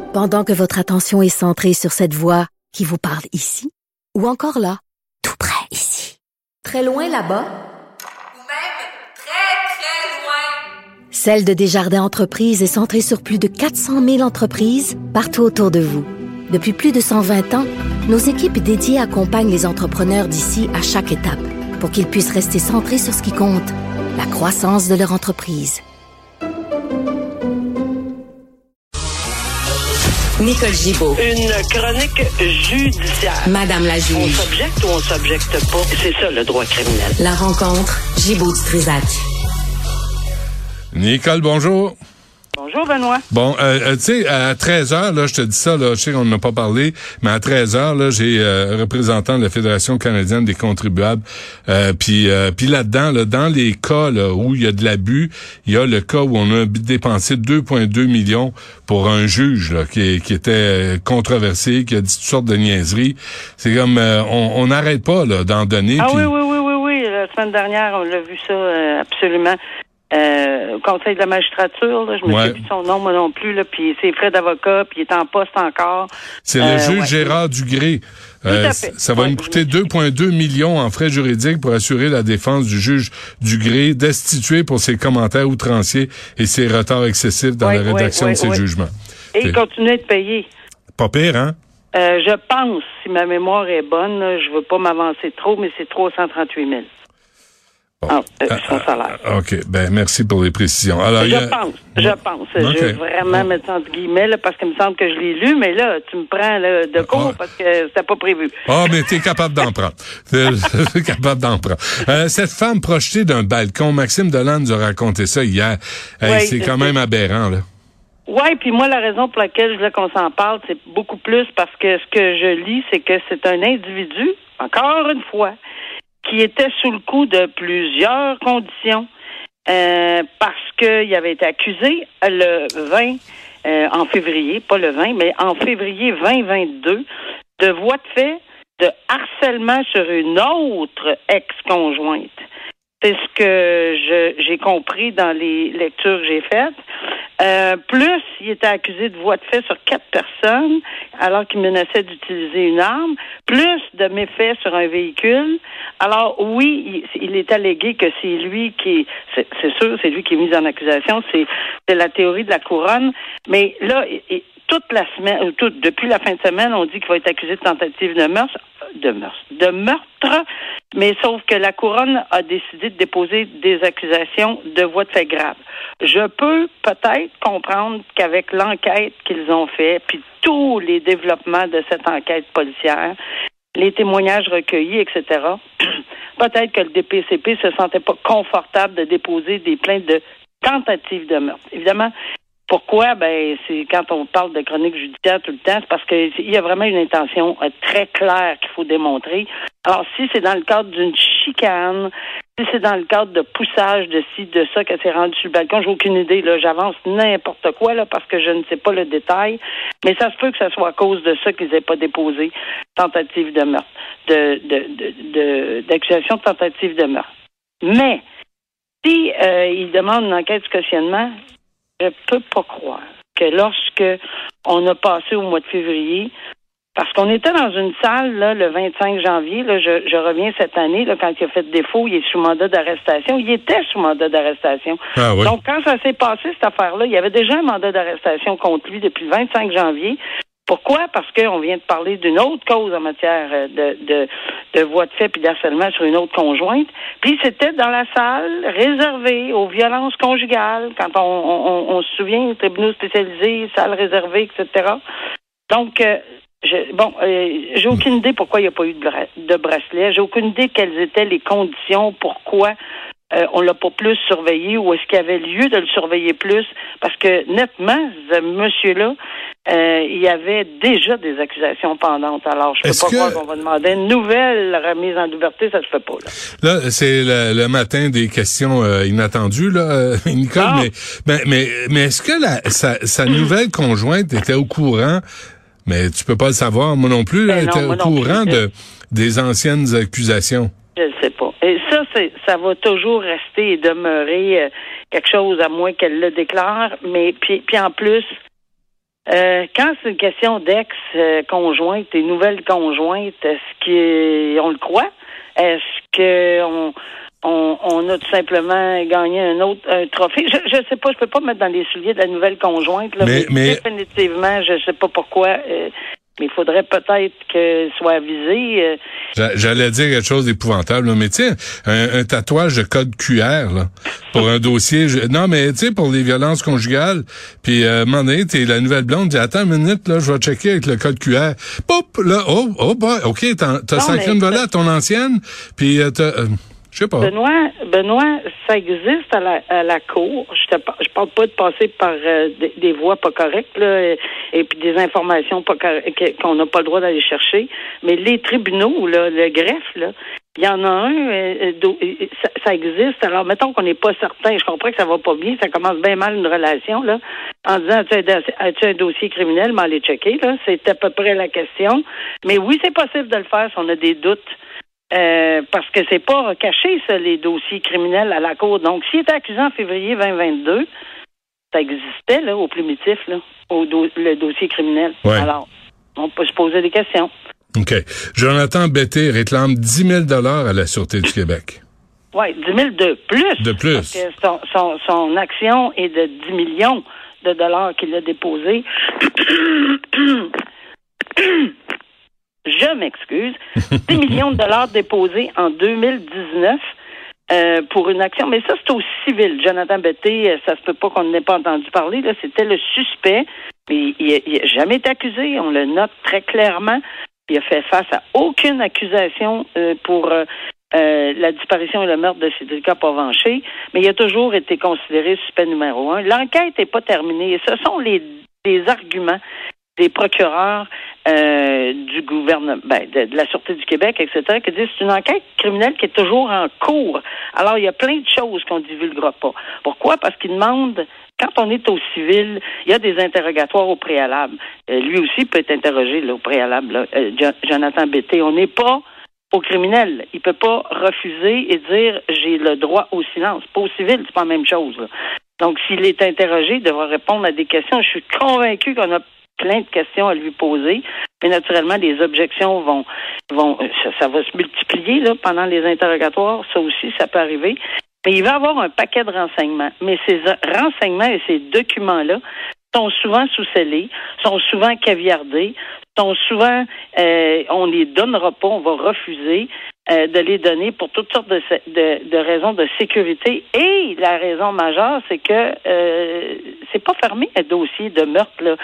Pendant que votre attention est centrée sur cette voix qui vous parle ici, ou encore là, tout près ici, très loin là-bas, ou même très, très loin. Celle de Desjardins Entreprises est centrée sur plus de 400 000 entreprises partout autour de vous. Depuis plus de 120 ans, nos équipes dédiées accompagnent les entrepreneurs d'ici à chaque étape pour qu'ils puissent rester centrés sur ce qui compte, la croissance de leur entreprise. Nicole Gibaud. Une chronique judiciaire. Madame la juge. On s'objecte ou on s'objecte pas. C'est ça, le droit criminel. La rencontre, Gibaud-Strisac. Nicole, bonjour. Bonjour, Benoît. Bon, tu sais, à 13h, là, je te dis ça, là, je sais qu'on n'a pas parlé, mais à 13h, là, j'ai représentant de la Fédération canadienne des contribuables. Puis là-dedans, là, dans les cas là, où il y a de l'abus, il y a le cas où on a dépensé 2,2 millions pour un juge là, qui était controversé, qui a dit toutes sortes de niaiseries. C'est comme, on n'arrête pas là d'en donner. Ah pis... oui. La semaine dernière, on l'a vu ça absolument. Conseil de la magistrature, là, je me souviens plus de son nom, moi non plus, là, puis ses frais d'avocat, puis il est en poste encore. C'est le juge Gérard Dugré. Ça va nous coûter 2,2 millions en frais juridiques pour assurer la défense du juge Dugré, destitué pour ses commentaires outranciers et ses retards excessifs dans la rédaction de ses jugements. Et il continue de payer. Pas pire, hein? Je pense, si ma mémoire est bonne, là, je veux pas m'avancer trop, mais c'est 338 000. Bon. Son salaire. OK. Ben, merci pour les précisions. Alors, je pense. Okay. Je vais vraiment mettre ça entre guillemets, là, parce qu'il me semble que je l'ai lu, mais là, tu me prends là, de court parce que c'était pas prévu. Mais t'es capable d'en prendre. T'es capable d'en prendre. Cette femme projetée d'un balcon, Maxime Delan nous a raconté ça hier. C'est quand même aberrant, là. Oui, puis moi, la raison pour laquelle je voulais qu'on s'en parle, c'est beaucoup plus parce que ce que je lis, c'est que c'est un individu, encore une fois, qui était sous le coup de plusieurs conditions parce qu'il avait été accusé le 20 en février, pas le 20, mais en février 2022, de voie de fait de harcèlement sur une autre ex-conjointe. C'est ce que j'ai compris dans les lectures que j'ai faites. Plus, il était accusé de voie de fait sur 4 personnes, alors qu'il menaçait d'utiliser une arme, plus de méfaits sur un véhicule. Alors, oui, il est allégué que c'est lui qui c'est sûr, c'est lui qui est mis en accusation, c'est la théorie de la couronne. Mais là, toute la semaine, depuis la fin de semaine, on dit qu'il va être accusé de tentative de meurtre, mais sauf que la couronne a décidé de déposer des accusations de voie de fait grave. Je peux peut-être comprendre qu'avec l'enquête qu'ils ont fait, puis tous les développements de cette enquête policière, les témoignages recueillis, etc., peut-être que le DPCP se sentait pas confortable de déposer des plaintes de tentative de meurtre. Évidemment, pourquoi? Ben, c'est quand on parle de chronique judiciaire tout le temps, c'est parce qu'il y a vraiment une intention très claire qu'il faut démontrer. Alors, si c'est dans le cadre d'une chicane, si c'est dans le cadre de poussage de ci, de ça, qu'elle s'est rendue sur le balcon, j'ai aucune idée, là, j'avance n'importe quoi, là, parce que je ne sais pas le détail, mais ça se peut que ça soit à cause de ça qu'ils n'aient pas déposé tentative de meurtre, d'accusation de tentative de meurtre. Mais, si ils demandent une enquête de cautionnement, je peux pas croire que lorsque on a passé au mois de février, parce qu'on était dans une salle là, le 25 janvier, là, je reviens cette année, là, quand il a fait défaut, il est sous mandat d'arrestation. Il était sous mandat d'arrestation. Ah, oui. Donc, quand ça s'est passé, cette affaire-là, il y avait déjà un mandat d'arrestation contre lui depuis le 25 janvier. Pourquoi? Parce qu'on vient de parler d'une autre cause en matière de voie de fait puis d'harcèlement sur une autre conjointe. Puis c'était dans la salle réservée aux violences conjugales, quand on se souvient, tribunaux spécialisés, salles réservées, etc. Donc, j'ai aucune idée pourquoi il n'y a pas eu de bracelet. J'ai aucune idée quelles étaient les conditions, pourquoi on l'a pas plus surveillé ou est-ce qu'il y avait lieu de le surveiller plus? Parce que, nettement, ce monsieur-là, il y avait déjà des accusations pendantes. Alors, je peux pas croire qu'on va demander une nouvelle remise en liberté, ça se fait pas, là. Là, c'est le matin des questions inattendues, là, Nicole, mais est-ce que sa nouvelle conjointe était au courant? Mais tu peux pas le savoir, moi non plus, elle était au courant des anciennes accusations. Je ne sais pas. Et ça va toujours rester et demeurer quelque chose à moins qu'elle le déclare. Mais puis en plus, Quand c'est une question d'ex-conjointe et nouvelle conjointe, on le croit? Est-ce qu'on a tout simplement gagné un trophée? Je sais pas, je peux pas me mettre dans les souliers de la nouvelle conjointe, là, mais définitivement, je sais pas pourquoi, mais il faudrait peut-être qu'elle soit avisée. J'allais dire quelque chose d'épouvantable, là, mais tu sais, un tatouage de code QR, là, pour un dossier. Non, mais tu sais, pour les violences conjugales, puis à un moment donné, t'es la nouvelle blonde, dis attends une minute, là, je vais checker avec le code QR. Pop, là, ok, t'as sacré une volée à ton ancienne, puis je sais pas. Benoît, ça existe à la cour. Je parle pas de passer par des voies pas correctes là, et puis des informations pas correctes qu'on n'a pas le droit d'aller chercher. Mais les tribunaux, là, le greffe, là, il y en a un, ça existe. Alors, mettons qu'on n'est pas certain. Je comprends que ça va pas bien. Ça commence bien mal une relation, là, en disant, as-tu un dossier criminel? Mais aller checker, là. C'est à peu près la question. Mais oui, c'est possible de le faire si on a des doutes. Parce que c'est pas caché, ça, les dossiers criminels à la cour. Donc, s'il était accusé en février 2022, ça existait, là, au primitif, là, le dossier criminel. Ouais. Alors, on peut se poser des questions. OK. Jonathan Betté réclame 10 000 à la Sûreté du Québec. Oui, 10 000 de plus. De plus. Parce que son action est de 10 millions de dollars qu'il a déposé. Je m'excuse. 10 millions de dollars déposés en 2019 pour une action. Mais ça, c'est au civil. Jonathan Betté, ça se peut pas qu'on n'ait pas entendu parler. Là, c'était le suspect. Mais il n'a jamais été accusé. On le note très clairement. Il a fait face à aucune accusation pour la disparition et le meurtre de Cédrica Provencher. Mais il a toujours été considéré suspect numéro 1. L'enquête n'est pas terminée. Et ce sont les arguments des procureurs du gouvernement, de la Sûreté du Québec, etc., qui disent que c'est une enquête criminelle qui est toujours en cours. Alors, il y a plein de choses qu'on ne divulguera pas. Pourquoi? Parce qu'ils demandent, quand on est au civil, il y a des interrogatoires au préalable. Lui aussi peut être interrogé là, au préalable, là, Jonathan Betté. On n'est pas au criminel. Il peut pas refuser et dire « j'ai le droit au silence ». Pas au civil, c'est pas la même chose. Là. Donc, s'il est interrogé, il devra répondre à des questions. Je suis convaincu qu'on a plein de questions à lui poser, mais naturellement, les objections vont ça va se multiplier là, pendant les interrogatoires, ça aussi, ça peut arriver. Mais il va avoir un paquet de renseignements. Mais ces renseignements et ces documents-là sont souvent sous-scellés, sont souvent caviardés, sont souvent on les donnera pas, on va refuser de les donner pour toutes sortes de raisons de sécurité. Et la raison majeure, c'est que c'est pas fermé un dossier de meurtre là,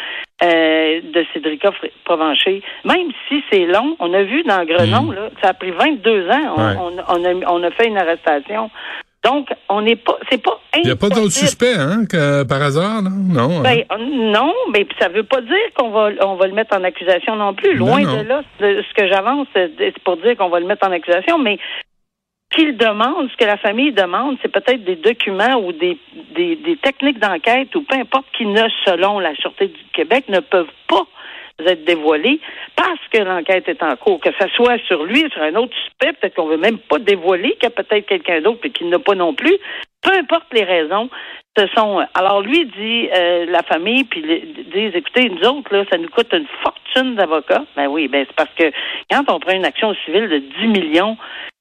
de Cédrica Provencher. Même si c'est long, on a vu dans Grenon, là, ça a pris 22 ans, on a fait une arrestation. Donc, on n'est pas, c'est pas impossible. Il n'y a pas d'autres suspects, hein, par hasard, là? Non. Non, mais ça veut pas dire qu'on va le mettre en accusation non plus. Loin de là, ce que j'avance, c'est pour dire qu'on va le mettre en accusation, mais qu'il demande, ce que la famille demande, c'est peut-être des documents ou des techniques d'enquête ou peu importe qui selon la Sûreté du Québec, ne peuvent pas être dévoilés parce que l'enquête est en cours, que ça soit sur lui, sur un autre suspect, peut-être qu'on veut même pas dévoiler qu'il y a peut-être quelqu'un d'autre et qu'il n'a pas non plus. Peu importe les raisons, ce sont... Alors lui dit, la famille, puis disent, écoutez, nous autres, là, ça nous coûte une fortune d'avocats. Ben oui, c'est parce que quand on prend une action civile de 10 millions,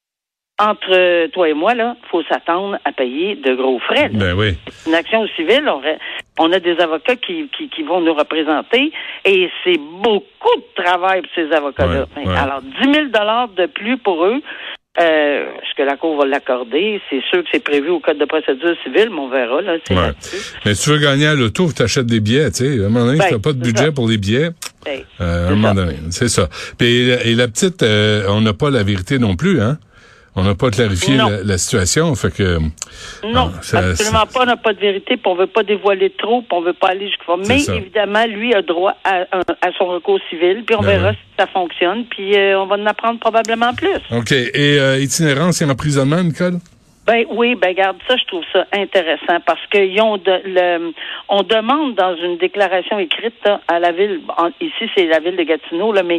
entre toi et moi, là, faut s'attendre à payer de gros frais. Là. Ben oui. Une action civile, on a des avocats qui vont nous représenter et c'est beaucoup de travail pour ces avocats-là. Ouais, ouais. Alors, 10 000 $ de plus pour eux, est-ce que la Cour va l'accorder? C'est sûr que c'est prévu au Code de procédure civile, mais on verra. Là, c'est là-dessus. Mais tu veux gagner à l'auto, tu achètes des billets. Tu sais, à un moment donné, si tu n'as pas de budget pour les billets, à un moment donné, c'est ça. Puis, et la petite, on n'a pas la vérité non plus, hein? On n'a pas clarifié la situation, fait que... Non, absolument pas. On n'a pas de vérité, puis on veut pas dévoiler trop, puis on veut pas aller jusqu'à... Mais évidemment, lui a droit à son recours civil, puis on verra si ça fonctionne, puis on va en apprendre probablement plus. OK. Et itinérance et emprisonnement, Nicole? Regarde, ça, je trouve ça intéressant parce qu'ils ont on demande dans une déclaration écrite là, à la ville, ici c'est la ville de Gatineau, là, mais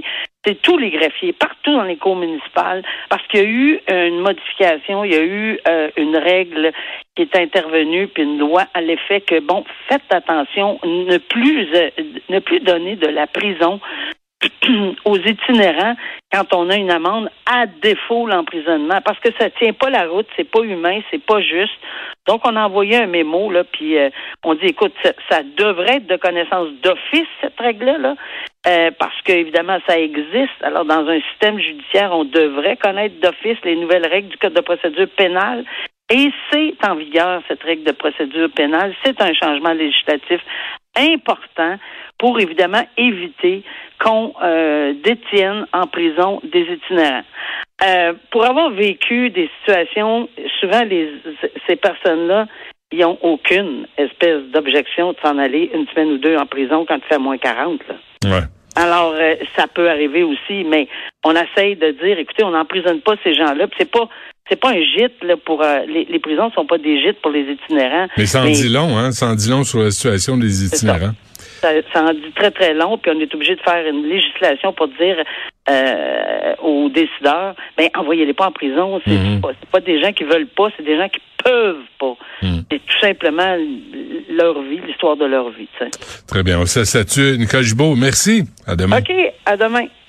C'est tous les greffiers, partout dans les cours municipales, parce qu'il y a eu une modification, il y a eu une règle qui est intervenue, puis une loi à l'effet que, faites attention, ne plus donner de la prison aux itinérants quand on a une amende, à défaut l'emprisonnement, parce que ça tient pas la route, c'est pas humain, c'est pas juste. Donc, on a envoyé un mémo, là, puis on dit, écoute, ça devrait être de connaissance d'office, cette règle-là, là, parce que, évidemment, ça existe. Alors, dans un système judiciaire, on devrait connaître d'office les nouvelles règles du Code de procédure pénale. Et c'est en vigueur, cette règle de procédure pénale. C'est un changement législatif important pour, évidemment, éviter qu'on détienne en prison des itinérants. Pour avoir vécu des situations, souvent, ces personnes-là, ils n'ont aucune espèce d'objection de s'en aller une semaine ou deux en prison quand il fait moins 40. Là. Ouais. Alors, ça peut arriver aussi, mais on essaye de dire, écoutez, on n'emprisonne pas ces gens-là. Puis c'est pas un gîte là pour les prisons sont pas des gîtes pour les itinérants. Mais ça en dit long, hein? Ça en dit long sur la situation des itinérants. Ça en dit très, très long, puis on est obligé de faire une législation pour dire aux décideurs, envoyez-les pas en prison. C'est pas des gens qui veulent pas, c'est des gens qui peuvent pas. C'est tout simplement leur vie, l'histoire de leur vie. T'sais. Très bien. On s'est Nicole Gibault. Merci. À demain. OK. À demain.